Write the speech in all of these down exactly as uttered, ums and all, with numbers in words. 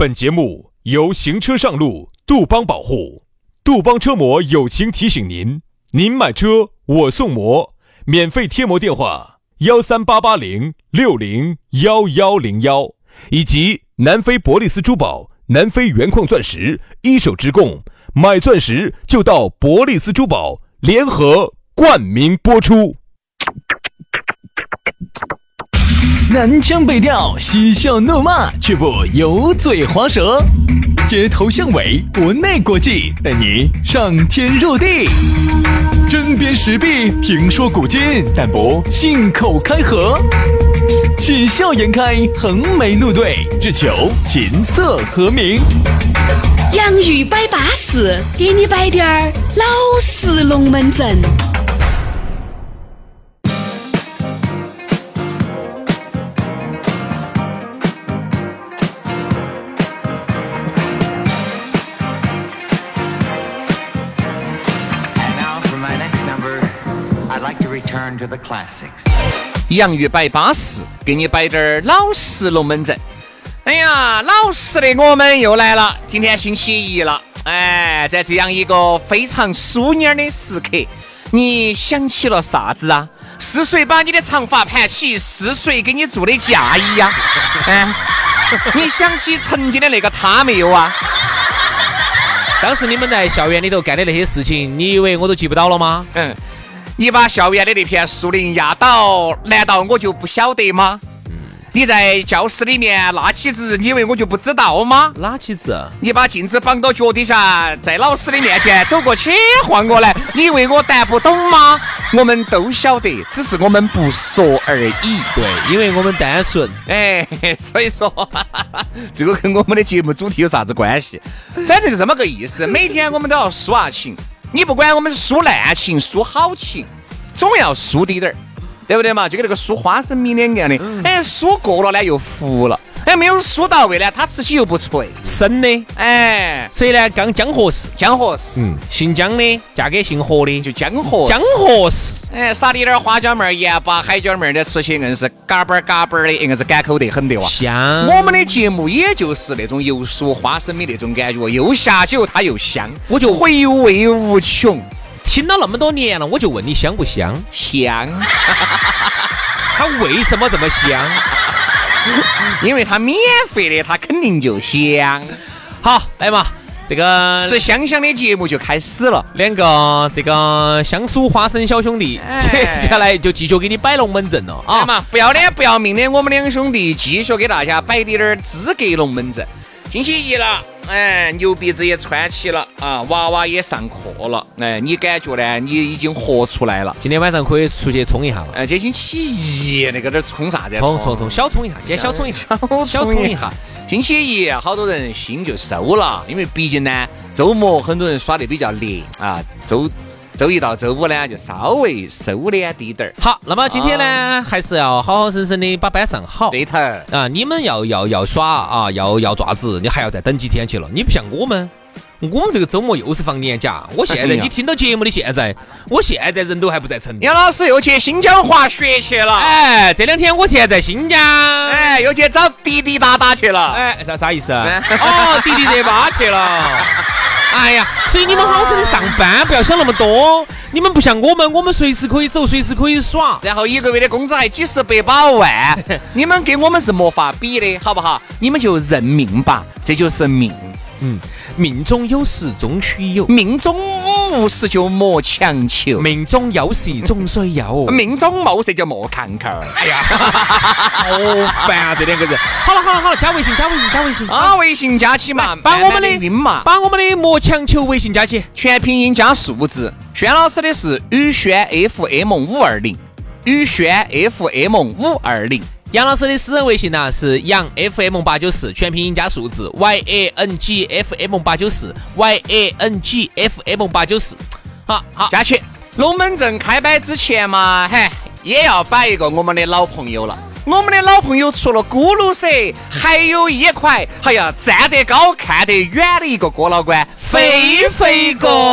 本节目由行车上路杜邦保护，杜邦车模友情提醒您：您买车我送模，免费贴膜电话幺三八八零六零幺幺零幺，以及南非伯利斯珠宝、南非原矿钻石一手直供，买钻石就到伯利斯珠宝，联合冠名播出。 南腔北调，嬉笑怒骂，却不油嘴滑舌，街头巷尾，国内国际，带你上天入地，针砭时弊，评说古今，但不信口开河，喜笑颜开，横眉怒对，只求琴瑟和鸣。 洋芋摆巴士，给你摆点儿老式龙门阵。 To the classics. 洋芋摆巴士，给你摆点老实龙门阵。哎呀，老实的我们又来了。今天星期一了，哎，在这样一个非常淑女的时刻，你想起了啥子啊？是谁把你的长发盘起？是谁给你做的嫁衣呀？哎，你想起曾经的那个他没有啊？ 当时你们在校园里头干的那些事情，你以为我都记不到了吗？ 嗯。你把校园的那片树林压倒，难道我就不晓得吗？你在教室里面拉起子，你以为我就不知道吗？ 拉起子？ 你把镜子绑到脚底下，在老师的面前走过去晃过来，你以为我答不懂吗？我们都晓得，只是我们不说而已。 对，因为我们单纯。 哎，所以说哈哈这个跟我们的节目主题有啥子关系？反正就这么个意思。每天我们都要抒下情。你不管我们是抒烂情抒好情，总要抒滴点儿，对不对嘛？就跟那个抒花生米两样的，嗯、哎，抒过了呢又糊了，哎，没有抒到位呢，它吃起又不脆， 生的， 哎， 所以呢，刚江河市， 江河市， 嗯，姓江的嫁给姓何的， 就江河江河市， 哎，撒滴点花椒面、盐巴、海椒面的，吃起硬是嘎嘣嘎嘣的，硬是赶口得很的哇。 香。 我们的节目也就是那种油酥花生米那种感觉，又下酒它又香， 我就回味无穷。 听了那么多年了，我就问你香不香？ 香。 它为什么这么香？ 因为它免费的，它肯定就香。 好，来嘛，这个吃香香的节目就开始了。 两个这个香酥花生小兄弟，哎、接下来就继续给你摆龙门阵了啊！ 嘛，不要脸不要命的，我们两兄弟继续给大家摆点点资格龙门阵。星期一了，哎，牛鼻子也穿起了啊，娃娃也上课了，哎，你感觉呢？你已经活出来了。 今天晚上可以出去冲一下了。 哎，这星期一那个点冲啥子？ 冲冲冲，小冲一下，今天小冲一下，小冲一下。 星期一，好多人心就收了，因为毕竟呢，周末很多人耍得比较烈啊，周。周一到周五呢，就稍微收敛滴点儿。 好，那么今天呢，啊、还是要好好生生的把班上好。 对头啊，你们要要要耍啊，要要爪子，你还要再等几天去了。你不像我们，我们这个周末又是放年假。我现在、哎、你听到节目的现在，我现在人都还不在成都。 杨老师又去新疆滑雪去了。 哎，这两天我现在在新疆， 哎，又去找滴滴答答去了。 哎，啥啥意思？哦，滴滴热巴去了。哎呀，所以你们好生的上班，不要想那么多。你们不像我们，我们随时可以走，随时可以耍， 然后一个月的工资还几十百把万，你们跟我们是没法比的，好不好？你们就认命吧，这就是命。 嗯，命中有时终须有， 命中无时就莫强求， 命中有时总须有， 命中没时就莫看口。 哎呀，好烦啊！这两个人。好了好了好了，加微信加微信加微信啊！微信加起嘛， 把我们的晕嘛， 把我们的莫强求微信加起， 全拼音加数字。轩老师的是宇轩 F M 五二零，宇轩 F M 五二零。 杨老师的私人微信呢是杨 F M 八九四，全拼音加数字 Y A N G F M 八九四 Y A N G F M 八九四。好好加起。龙门阵开摆之前嘛，嘿，也要摆一个我们的老朋友了。我们的老朋友除了咕噜蛇，还有一块，哎呀，站得高看得远的一个郭老倌，肥肥哥。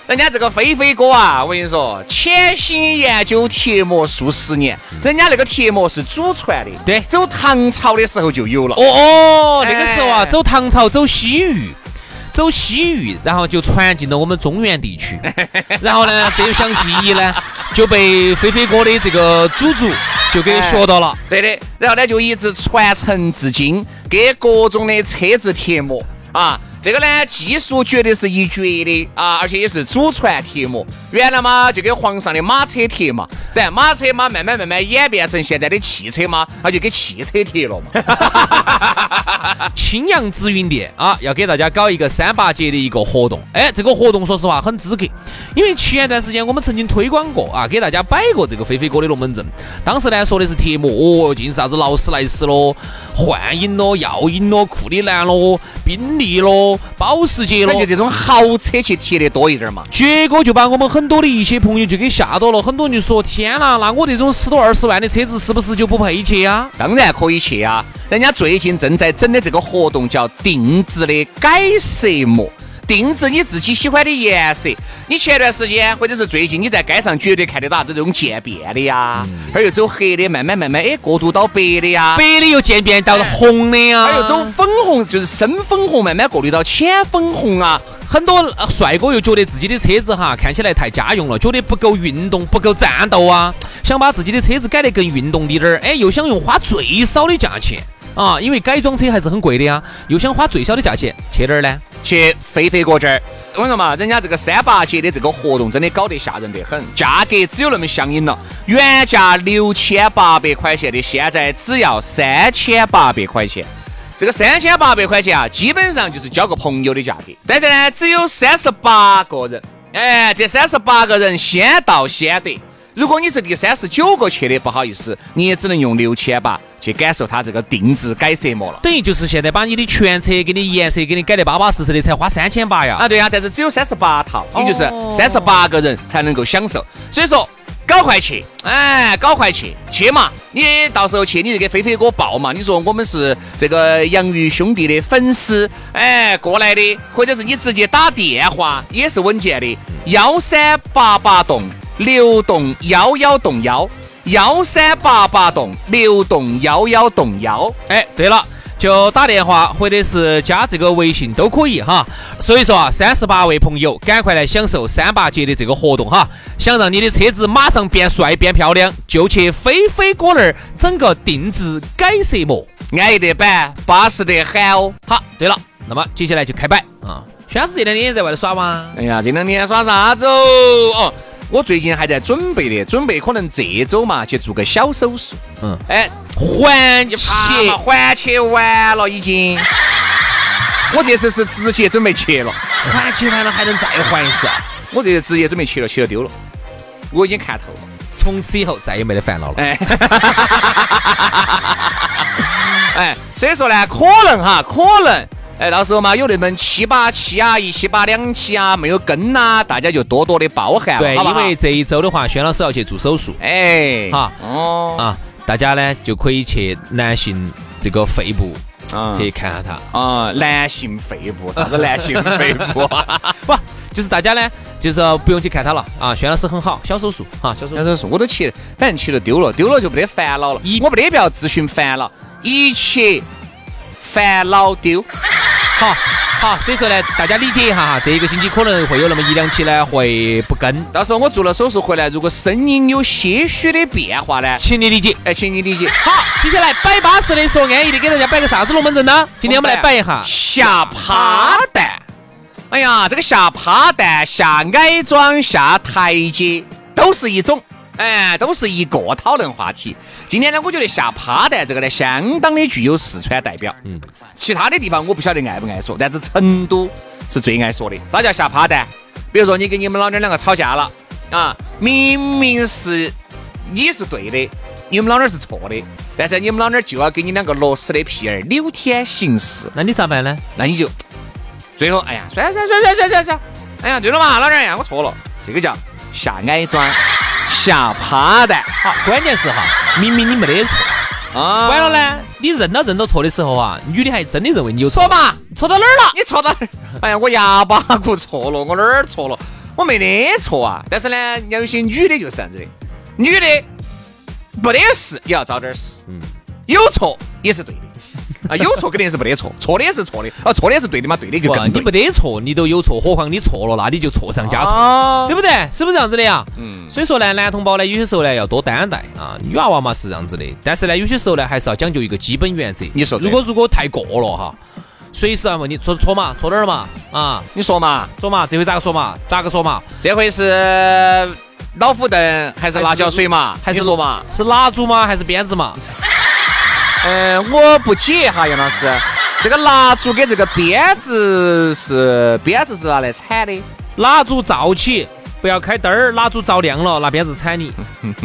人家这个飞飞哥啊，我跟你说，潜心研究贴膜数十年，人家那个贴膜是祖传的， 对， 走唐朝的时候就有了。 哦哦，那个时候啊，走唐朝，走西域。走西域，然后就传进了我们中原地区，然后呢，这项技艺呢就被飞飞哥的这个祖祖就给学到了，哎、 对的，然后呢就一直传承至今，给各种的车子贴膜啊，这个呢技术绝对是一绝的啊，而且也是祖传贴膜。原来嘛就给皇上的马车贴嘛，但马车嘛慢慢慢慢演变成现在的汽车嘛，那就给汽车贴了嘛。 青阳紫云店啊，要给大家搞一个三八节的一个活动。哎，这个活动说实话很资格，因为前段时间我们曾经推广过啊，给大家摆过这个飞飞哥的龙门阵。当时呢说的是贴膜，哦，尽是啥子劳斯莱斯咯、幻影咯、耀影咯、库里南咯、宾利咯、保时捷咯， 就这种豪车去贴的多一点嘛。 结果就把我们很多的一些朋友就给吓到了，很多人就说：天啦，那我这种十多二十万的车子是不是就不配去啊？ 当然可以去啊，人家最近正在整的这个活动叫定制的改色膜，定制你自己喜欢的颜色。你前段时间或者是最近你在街上绝对看得到这种渐变的呀，还、嗯、有走黑的，慢慢慢慢哎过渡到白的呀， 白的又渐变到红的呀， 还有走粉红，就是深粉红慢慢过渡到浅粉红啊。 很多帅哥又觉得自己的车子哈看起来太家用了，觉得不够运动，不够战斗啊，想把自己的车子改得更运动一点儿，哎，又想用花最少的价钱啊，因为改装车还是很贵的呀，又想花最小的价钱，去哪儿呢？ 去飞飞哥这儿。我跟你说嘛，人家这个三八节的这个活动真的搞得吓人得很，价格只有那么相应了，原价六千八百块钱的，现在只要三千八百块钱。这个三千八百块钱啊，基本上就是交个朋友的价格。但是呢，只有三十八个人，哎，这三十八个人先到先得。如果你是第三十九个去的，不好意思，你也只能用六千八去感受它这个定制改色膜了。 等于就是现在把你的全车给你颜色给你改得巴巴适适的，才花三千八呀。 啊，对呀、啊，但是只有三十八套，也就是三十八个人才能够享受。所以说，搞快去，哎，搞快去，去嘛！你到时候去，你就给飞飞哥报嘛。你说我们是这个洋芋兄弟的粉丝，哎，过来的，或者是你直接打电话也是稳健的，幺三八八栋六栋幺幺栋幺，幺三八八栋六栋幺幺栋幺。 哎，对了。就打电话或者是加这个微信都可以哈，所以说啊，三十八位朋友赶快来享受三八节的这个活动哈！想让你的车子马上变帅变漂亮，就去飞飞哥那儿整个定制改色膜， 安逸得板，巴适得很哦。 好，对了，那么接下来就开摆啊！薛老师这两天也在外头耍吗？ 哎呀，这两天耍啥子哦？哦。我最近还在准备的，准备可能这周嘛去做个小手术。 嗯， 哎， 环切， 环切完了已经。我这次是直接准备切了， 环切完了还能再环一次啊？ 我这次直接准备切了，切了丢了，我已经看透了。 从此以后再也没得烦恼了。 哎，哎，所以说呢，可能哈，可能。哎，到时候嘛，有那么七八期啊，一期八两期啊，没有跟呐，大家就多多的包涵。 对， 好好因为这一周的话，轩老师要去做手术。 哎， 哈， 哦， 啊，大家呢就可以去男性这个肺部啊去看下他啊，男性肺部，啥子男性肺部？ 不，就是大家呢，就是不用去看他了啊。轩老师很好，小手术啊，小手术， 小手术我都切了，反正切了丢了，丢了就没得烦恼了。一，我没得必要咨询烦恼，一切烦恼丢。 好好，所以说呢，大家理解一下哈，这一个星期可能会有那么一两期呢会不跟， 到时候我做了手术回来，如果声音有些许的变化呢， 请你理解， 哎，请你理解。 好，接下来摆巴适的说安逸的给大家摆个啥子龙门阵呢？今天我们来摆一下下趴蛋。哎呀，这个下趴蛋、下矮桩、下台阶都是一种。哎，都是一个讨论话题。今天呢，我觉得下趴蛋这个呢，相当的具有四川代表。嗯，其他的地方我不晓得爱不爱说，但是成都是最爱说的。啥叫下趴蛋？比如说你跟你们老娘两个吵架了啊，明明是你是对的，你们老娘是错的，但是你们老娘就要给你两个螺丝的屁儿柳天行事。 那你咋办呢？ 那你就最后，哎呀，算了算了算了算了算了，哎呀，对了嘛，老娘呀，我错了，这个叫下矮桩。下趴蛋， 好，关键是哈，明明你没得错啊，完了呢，你认到认到错的时候啊，女的还真的认为你有错嘛， 错到哪儿了？ 你错到哪儿？哎呀，我牙巴骨错了，我哪儿错了？ 我没得错啊。但是呢，有些女的就是这样子的，女的没得事也要找点事，嗯，有错也是对的。啊，有错肯定是没得错，错的也是错的，啊，错的也是对的嘛，对的就更对。 你没得错，你都有错，何况你错了，那你就错上加错， 啊、 对不对？是不是这样子的呀？ 嗯。 所以说呢，男同胞呢，有些时候呢要多担待啊，女娃娃嘛是这样子的，但是呢，有些时候呢还是要讲究一个基本原则。 你说， 如果如果太过了哈，随时啊问你错错嘛，错哪儿嘛？啊， 你说嘛， 说嘛，这回咋个说嘛？咋个说嘛？ 这回是老虎凳还是辣椒水嘛？还是说嘛？ 是蜡烛吗？还是鞭子嘛？ 嗯、呃，我不解哈，杨老师，这个蜡烛跟这个鞭子是鞭子是拿来铲的， 蜡烛照起，不要开灯儿，蜡烛照亮了，拿鞭子铲你。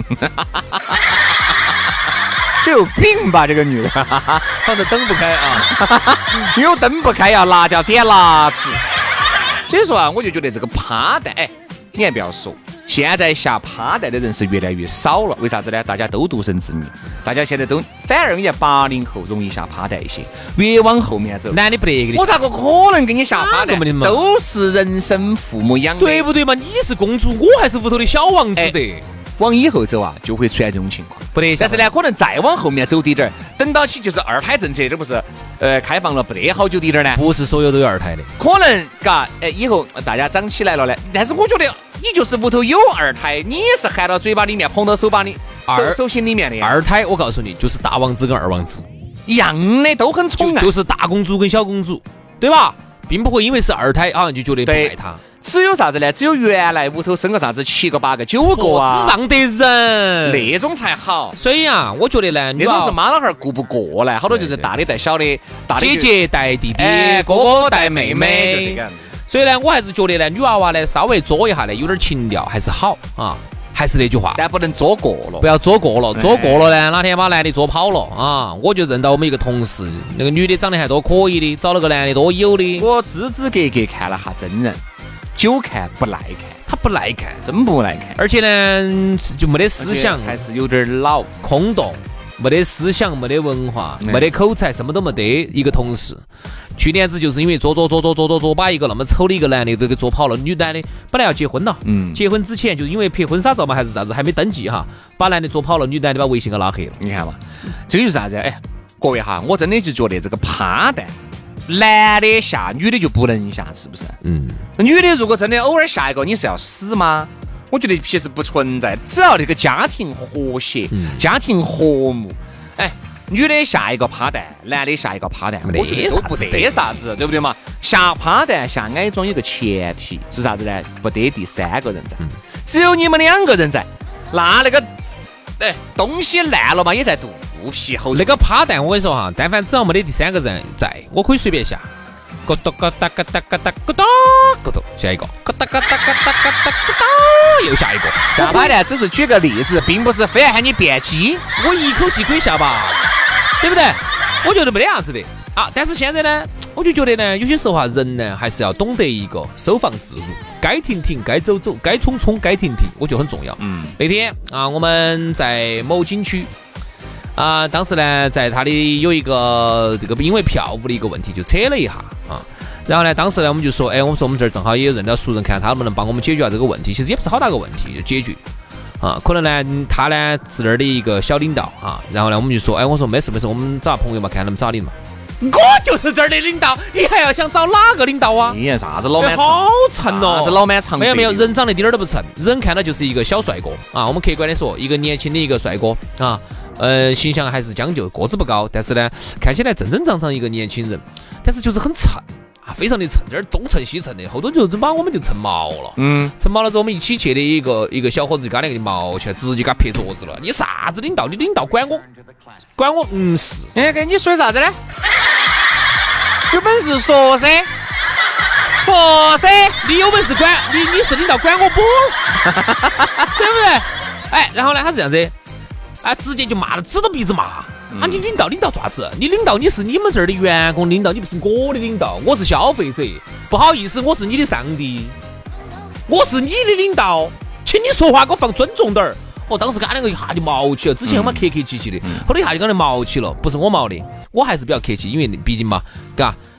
这有病吧，这个女的， 放着灯不开啊， 有灯不开要拿掉点蜡烛。所以说啊，我就觉得这个趴蛋，哎，你还不要说。现在下趴蛋的人是越来越少了，为啥子呢？大家都独生子女，大家现在都反而人家八零后容易下趴蛋一些，越往后面走， 男的不得给你。 我咋个可能给你下趴蛋？都是人生父母养的， 对不对嘛？你是公主，我还是屋头的小王子的。哎， 往以后走啊，就会出现这种情况， 不得。 但是呢，可能再往后面走滴点儿，等到起就是二胎政策，这不是呃开放了不得好久滴点儿呢？ 不是所有都有二胎的， 可能嘎，哎，以后大家长起来了呢。但是我觉得。你就是屋头有二胎，你也是含到嘴巴里面，捧到手把里、手手心里面的。 二胎，我告诉你，就是大王子跟二王子一样的，都很宠爱， 就，就是大公主跟小公主，对吧？并不会因为是二胎好像就觉得不爱他。 只有啥子呢？只有原来屋头生个啥子七个、八个、九个啊， 让得人那种才好。 所以啊，我觉得呢， 那种是妈老汉儿顾不过来，好多就是大的带小的，大的姐姐带弟弟， 哎、哥哥带妹妹，就这个样子。 所以呢，我还是觉得呢，女娃娃呢稍微作一下呢，有点情调还是好啊。还是那句话， 但不能作过了， 不要作过了，作过了呢，哪天把男的作跑了啊，我就认到我们一个同事，那个女的长得还多可以的，找了个男的多有的。 我支支格格看了下真人，久看不耐看， 他不耐看， 真不耐看， 而且呢就没得思想， 还是有点老， 空洞，没得思想，没得文化，没得口才，什么都没得。一个同事去年子就是因为做做做做做做做，把一个那么丑的一个男的都给做跑了。女男的本来要结婚了，嗯，结婚之前就是因为拍婚纱照嘛，还是啥子，还没登记哈，把男的做跑了，女男的把微信给拉黑了。 你看嘛，这个就是啥子？哎，各位哈，我真的就觉得这个趴蛋，男的下，女的就不能下，是不是？嗯，女的如果真的偶尔下一个，你是要死吗？我觉得其实不存在，只要这个家庭和谐，嗯、家庭和睦，哎。女的下一个趴蛋，男的下一个趴蛋，我觉得都不得啥子，对不对嘛？下趴蛋下矮装有个前提是啥子呢？不得第三个人在，嗯、只有你们两个人在，那那个哎东西烂了嘛，也在肚皮后。 那个趴蛋我跟你说哈，但凡只要没得第三个人在，我可以随便下。咯哒咯哒咯哒咯哒咯哒咯哒，下一个咯哒咯哒咯哒咯哒咯哒，又下一个。 下趴蛋只是举个例子，并不是非要喊你变鸡， 我一口气可以下吧。对不对？我觉得没得样子的啊！但是现在呢，我就觉得呢，有些时候啊，人呢还是要懂得一个收放自如，该停停，该走走，该冲冲，该停停，我觉得很重要。嗯，那天啊，我们在某景区啊，当时呢，在它里有一个这个因为票务的一个问题就扯了一下啊。然后呢，当时呢，我们就说，哎，我们说我们这儿正好也有认到熟人，看他能不能帮我们解决下这个问题。其实也不是好大个问题，就解决。啊，可能呢，他呢是那儿的一个小领导啊，然后呢，我们就说，哎，我说没事没事，我们找朋友嘛，看能不能找你嘛。我就是这儿的领导，你还要想找哪个领导啊？ 你看啥子老满好沉哦， 是老满长。 没有没有，人长得一点儿都不沉，人看到就是一个小帅哥啊。我们客观的说，一个年轻的一个帅哥啊，呃，形象还是将就，个子不高，但是呢，看起来正正常常一个年轻人，但是就是很沉。啊，非常的蹭，这儿东蹭西蹭的，后头就真把我们就蹭毛了。嗯，蹭毛了之后，我们一起去的一个一个小伙子就把那个毛起来，直接给他拍桌子了。你啥子领导？你领导管我？管我？嗯是。 哎，跟你说啥子呢？有本事说噻，说噻， 你有本事管你，你是领导管我不是，对不对？哎，然后呢，他是这样子，啊，直接就骂了，指着鼻子骂。啊！你领导领导爪子？你领导你是你们这儿的员工领导，你不是我的领导，我是消费者。不好意思，我是你的上帝，我是你的领导，请你说话给我放尊重点儿。我当时跟他两个一下就毛起了，之前我们客客气气的，后头一下就跟他毛起了，不是我毛的，我还是比较客气，因为毕竟嘛，嘎，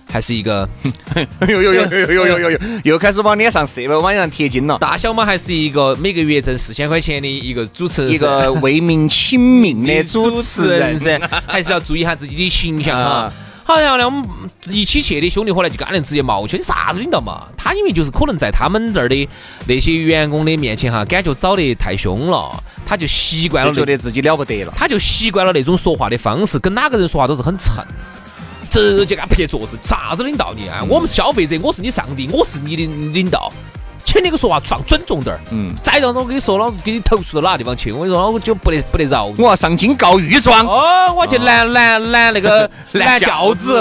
还是一个， 呦呦呦呦呦呦呦呦，又开始往脸上射，往脸上贴金了。 大小嘛，还是一个每个月挣四千块钱的一个主持人， 一个为民请命的主持人噻，还是要注意一下自己的形象哈。好像呢，我们一起去的兄弟伙呢，就跟他直接冒去，你啥子领导嘛？他因为就是可能在他们这儿的那些员工的面前哈，感觉找得太凶了，他就习惯了， 觉得自己了不得了， 他就习惯了那种说话的方式，跟哪个人说话都是很蹭。直接给他拍桌子，啥子领导你啊？我们是消费者，我是你上帝，我是你的领导，请你个说话放尊重点儿。嗯，再让我跟你说，老子给你投诉到哪个地方去？我跟你说，我就不得不得饶你。 我要上京告御状。 哦，我去拦拦拦那个拦轿子。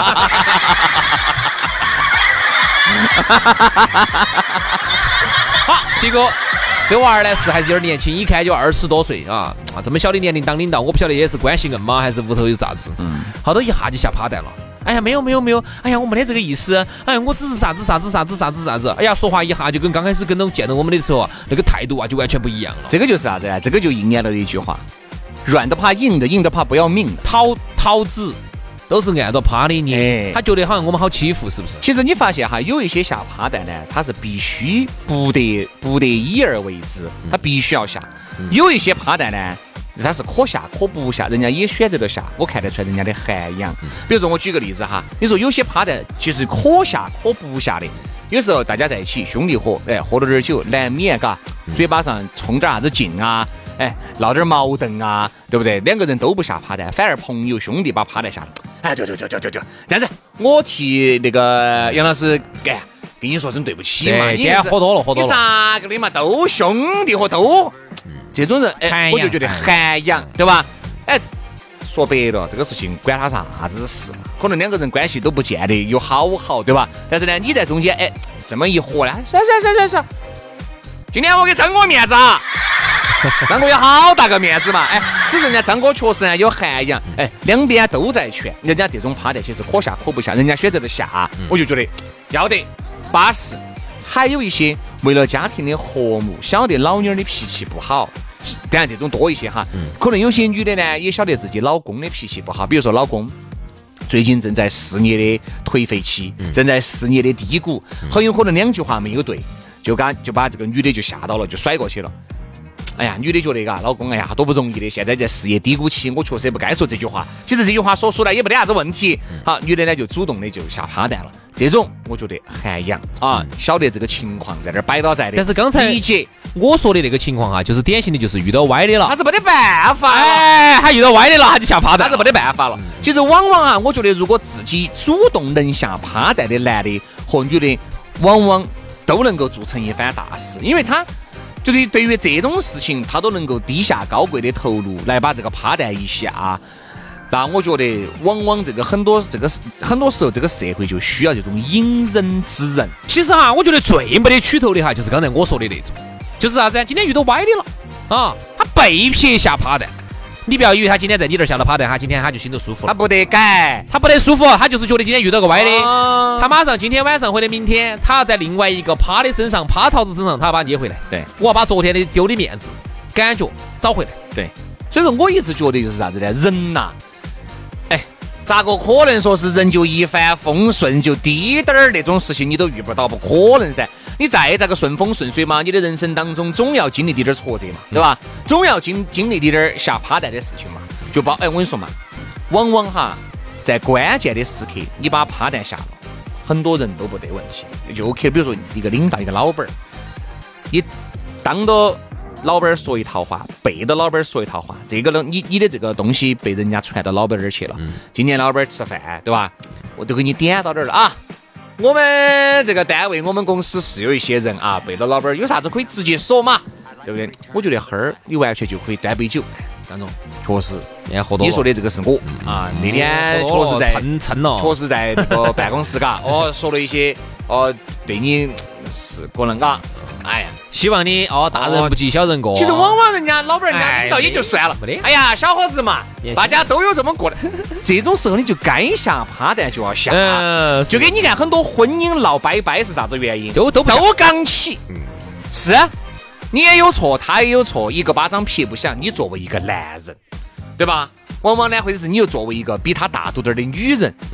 好，结果这娃儿呢是还是有点年轻，一看就二十多岁啊啊！这么小的年龄当领导，我不晓得也是关系硬吗，还是屋头有啥子？嗯，好多一下就吓趴蛋了。哎呀，没有没有没有，哎呀，我没得这个意思。哎呀，我只是啥子啥子啥子啥子啥子。哎呀，说话一下就跟刚开始跟到见到我们的时候啊，那个态度啊就完全不一样了。 这个就是啥子啊？这个就应验了一句话：软的怕硬的，硬的怕不要命的。 桃桃子都是按照趴的捏，他觉得好像我们好欺负，是不是？ 其实你发现哈，有一些下趴蛋呢，他是必须不得不得已而为之，他必须要下；有一些趴蛋呢。他是可下可不下，人家也选择了下，我看得出来人家的涵养。比如说我举个例子哈，你说有些趴蛋其实可下可不下的，有时候大家在一起兄弟伙，哎，喝了点酒，难免嘎，嘴巴上冲点啥子劲啊，哎，闹点矛盾啊，对不对？两个人都不下趴蛋，反而朋友兄弟把趴蛋下了，哎，就就就就就就这样子，我替那个杨老师干。跟你说声对不起嘛， 今天喝多了，喝多了， 你咋个的嘛？都兄弟伙都，嗯、这种人，哎，我就觉得涵养，对吧？哎，说白了，这个事情管他啥子事嘛？可能两个人关系都不见得有好好，对吧？但是呢，你在中间，哎，这么一喝呢，算算算算算，今天我给张哥面子啊，张哥有好大个面子嘛，哎，只是人家张哥确实呢有涵养，哎，两边都在劝，人家这种趴蛋其实可下可不下，人家选择了下，嗯、我就觉得要得。巴适，还有一些为了家庭的和睦，晓得老妞的脾气不好，当然这种多一些哈。嗯、可能有些女的呢，也晓得自己老公的脾气不好，比如说老公最近正在事业的颓废期，嗯、正在事业的低谷，嗯、很有可能两句话没有对，就把就把这个女的就吓到了，就甩过去了。哎呀，女的觉得嘎，老公哎呀多不容易的，现在在事业低谷期，我确实也不该说这句话。其实这句话说出来也没得啥子问题。好，女的呢就主动的就下趴蛋了。这种我觉得涵养啊，晓得这个情况在那儿摆到在的。 但是刚才理解我说的那个情况哈，就是典型的就是遇到歪的了， 他是没得办法。 哎，他遇到歪的了，他就下趴蛋， 他是没得办法了。其实往往啊，我觉得如果自己主动能下趴蛋的男的和女的，往往都能够做成一番大事，因为他。就是对于这种事情，他都能够低下高贵的头颅来把这个趴蛋一下。那我觉得，往往这个很多这个很多时候，这个社会就需要这种隐忍之人。 其实哈，我觉得最没得取头的哈，就是刚才我说的那种，就是啥子？今天遇到歪的了啊，他被撇下趴蛋。你不要以为他今天在你这儿下了趴蛋，他今天他就心头舒服了， 他不得改， 他不得舒服，他就是觉得今天遇到个歪的，啊、他马上今天晚上或者明天，他要在另外一个趴的身上，趴桃子身上，他要把他捏回来。 对， 我要把昨天的丢的面子感觉找回来。 对，所以说我一直觉得就是啥子呢？人呐、啊，哎，咋个可能说是人就一帆风顺，就滴点儿那种事情你都遇不到，不可能噻。你再咋个顺风顺水嘛，你的人生当中总要经历点挫折嘛，对吧？总要经经历点下趴蛋的事情嘛。就包哎，我跟你说嘛，往往哈在关键的时刻，你把趴蛋下了，很多人都不得问题。就 OK， 比如说一个领导，一个老板儿，你当着老板儿说一套话，背着老板儿说一套话，这个呢，你你的这个东西被人家传到老板那儿去了。嗯、今天老板儿吃饭，对吧？我都给你点到这儿了啊。我们这个单位，我们公司是有一些人啊，背着老板有啥子可以直接说嘛，对不对？我觉得哈儿你完全就可以端杯酒，当中确实，你说的这个是我、嗯、啊，那天确实在蹭蹭了， 确实在这个办公室嘎，哦，说了一些哦，对你是可能嘎，哎呀， 希望你哦，大人不计小人过。 其实往往人家老板人家领导也就算了，没得。哎呀，小伙子嘛，大家都有这么过的。这种时候你就该下趴蛋就要下，嗯、就给你看很多婚姻闹掰掰是啥子原因， 都都都刚起。嗯，是你也有错，他也有错，一个巴掌撇不响。你作为一个男人，对吧？往往呢，或者是你又作为一个比他大度点的女人。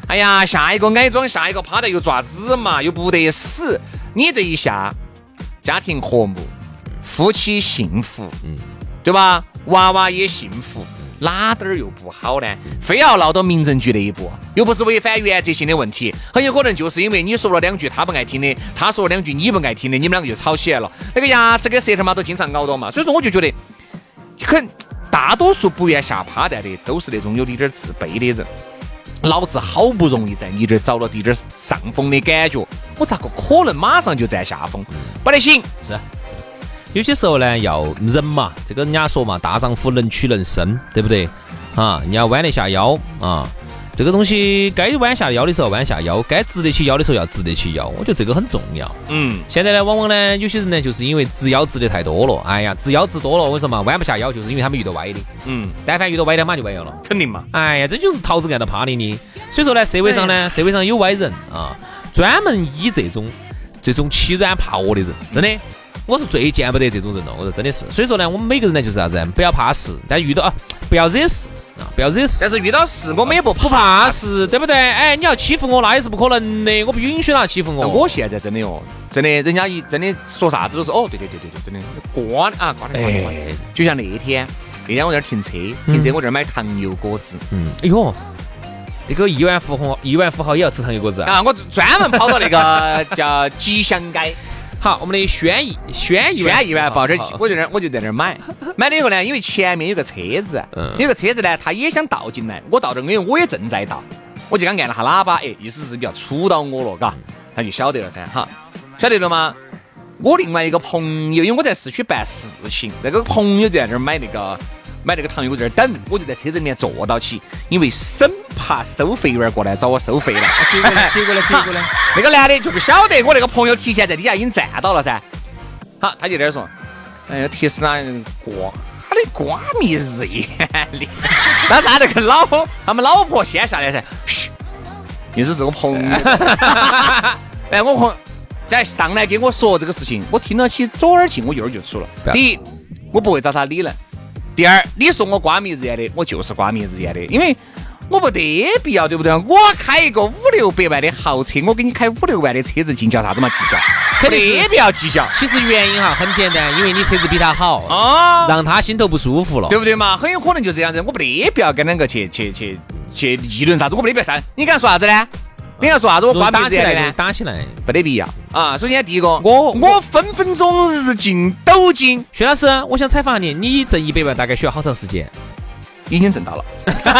哎呀，下一个矮装，下一个趴的又爪子嘛，又不得死。你这一下，家庭和睦，夫妻幸福，嗯，对吧？娃娃也幸福，哪点儿又不好呢？非要闹到民政局那一步，又不是违反原则性的问题，很有可能就是因为你说了两句他不爱听的，他说了两句你不爱听的，你们两个就吵起来了。那个牙齿跟舌头嘛都经常咬到嘛，所以说我就觉得，很大多数不愿下趴蛋的都是那种有点自卑的人。老子好不容易在你这儿找了一点上风的感觉，我咋个可能马上就占下风？不得行！ 是。有些时候呢，要人嘛，这个人家说嘛，大丈夫能屈能伸，对不对？啊，你要弯得下腰啊，这个东西该弯下腰的时候弯下腰，该直得起腰的时候要直得起腰，我觉得这个很重要。 嗯， 现在呢，往往呢，有些人呢，就是因为直腰直的太多了，哎呀，直腰直多了，我跟你说嘛，弯不下腰，就是因为他们遇到歪的。 嗯， 但凡遇到歪的，马上就歪腰了， 肯定嘛。 哎呀，这就是桃子按到趴里的。所以说呢，社会上呢，社会上有歪人啊，专门以这种这种欺软怕恶的人，真的。我是最见不得这种人了，我说真的是。所以说呢，我们每个人呢就是啥子，不要怕事，但遇到啊不要惹事啊，不要惹事。 但是遇到事我们也不不怕事，对不对？哎，你要欺负我那也是不可能的，我不允许他欺负我。 我现在真的哦，真的，人家一真的说啥子都是哦，对对对对对，真的刮啊刮的刮的刮的。就像那天那天我在那儿停车，停车我这儿买糖油果子， 嗯，哎呦。那个亿万富豪，亿万富豪也要吃糖油果子啊！我专门跑到那个叫吉祥街。 好，我们的轩逸，轩逸， 轩逸万富豪这儿，我就在我就在那儿买。买了以后呢，因为前面有个车子，嗯、有个车子呢，他也想倒进来。我倒着，因为我也正在倒，我就刚按了下喇叭，哎，意思是比较杵到我了，嘎，他就晓得了噻，哈，晓得了吗？我另外一个朋友，因为我在市区办事情，那个朋友就在那儿买那个。买那个糖油在这儿等，我就在车子里面坐到起，因为生怕收费员过来找我收费了。 结果呢？结果呢？结果呢？ 那个男的就不晓得我那个朋友提前在底下已经站到了噻。好，他就在那儿说：“哎呀，提示他瓜，他的瓜迷日眼里。”但是他那个老他们老婆先下来噻，嘘，你是这个朋友。哎，我朋来上来跟我说这个事情，我听到起左耳进我右耳就出了。第一，我不会找他理论。第二，你说我瓜迷日眼的，我就是瓜迷日眼的，因为我不得必要，对不对？我开一个五六百万的豪车，我给你开五六万的车子，计较啥子嘛？计较，肯定不要计较。 其实原因哈很简单，因为你车子比他好啊，让他心头不舒服了， 对不对嘛？很有可能就这样子，我不得必要跟两个去去去去议论啥子，我不得必要啥。你敢说啥子呢？你敢说啥子？我瓜迷日眼的呢？ 打起来， 不得必要啊！首先第一个，我我分分钟日进斗金。 薛老师，我想采访你，你挣一百万大概需要好长时间？ 已经挣到了。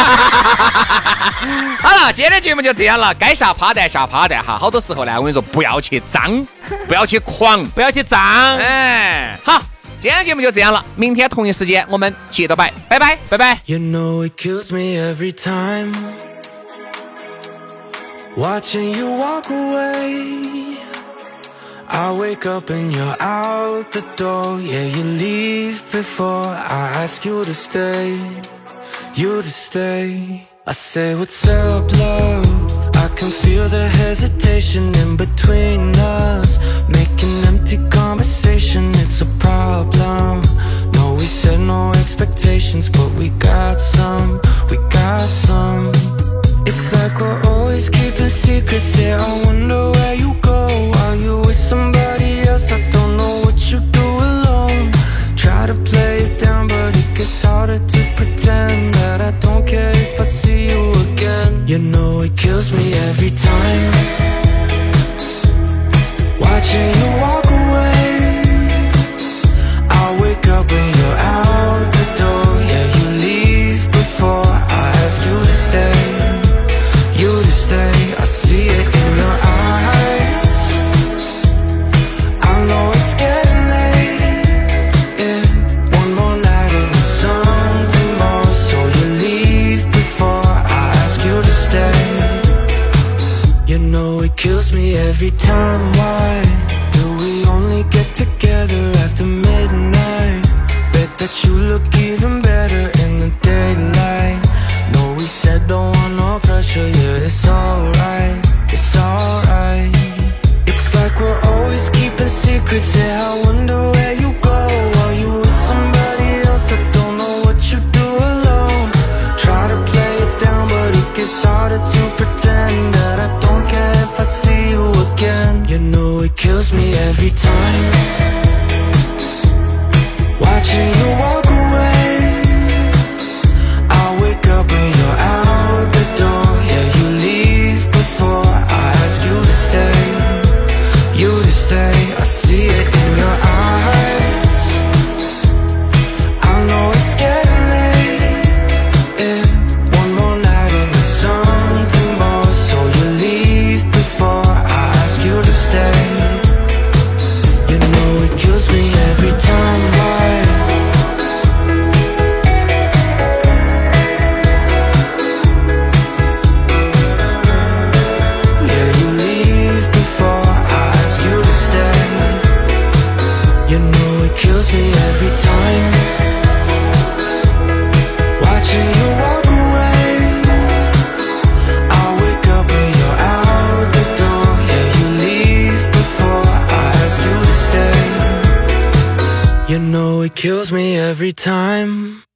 好了，今天的节目就这样了，该下趴蛋下趴蛋哈。好多时候呢，我跟你说，不要去脏，不要去狂， 不要去脏。 哎，好，今天的节目就这样了，明天同一时间我们接着摆，拜拜，拜拜。 You know it kills me every time watching you walk away. I wake up and you're out the door. Yeah, you leave before I ask you to stay. You to stay. I say what's up, love? I can feel the hesitation in between us, making empty conversation, it's a problem. No, we set no expectations, but we got some, we got some. It's like we're always keeping secrets, yeah, I wonder where you go. Are you with somebody else? I don't know what you do alone. Try to play it down, but it gets harder to pretend that I don't care if I see you again. You know it kills me every time watching you walk away. I wake up and you're out the door. Yeah, you leave before I ask you to stay. You to stay, I see it in your eyes. I know it's getting late, yeah. One more night and something more. So you leave before I ask you to stay. You know it kills me every time. Why do we only get together after midnight? Bet that you look even better in the daylight. No, we said don't want no pressure, yeah, it's alright, it's alright. It's like we're always keeping secrets, yeah, I wonder where you go. Are you with somebody else? I don't know what you do alone. Try to play it down, but it gets harder to pretend it kills me every time. Watching you walk away, I wake up and you're out the door. Yeah, you leave before I ask you to stay. You to stay, I see it in your eyes. I know it's getting late, yeah. One more night and there's something more. So you leave before I ask you to stay. You know it kills me every time. Why? Yeah, you leave before I ask you to stay. You know it kills me every time. Watching you walk away, I wake up and you're out the door. Yeah, you leave before I ask you to stay. You know it kills me every time.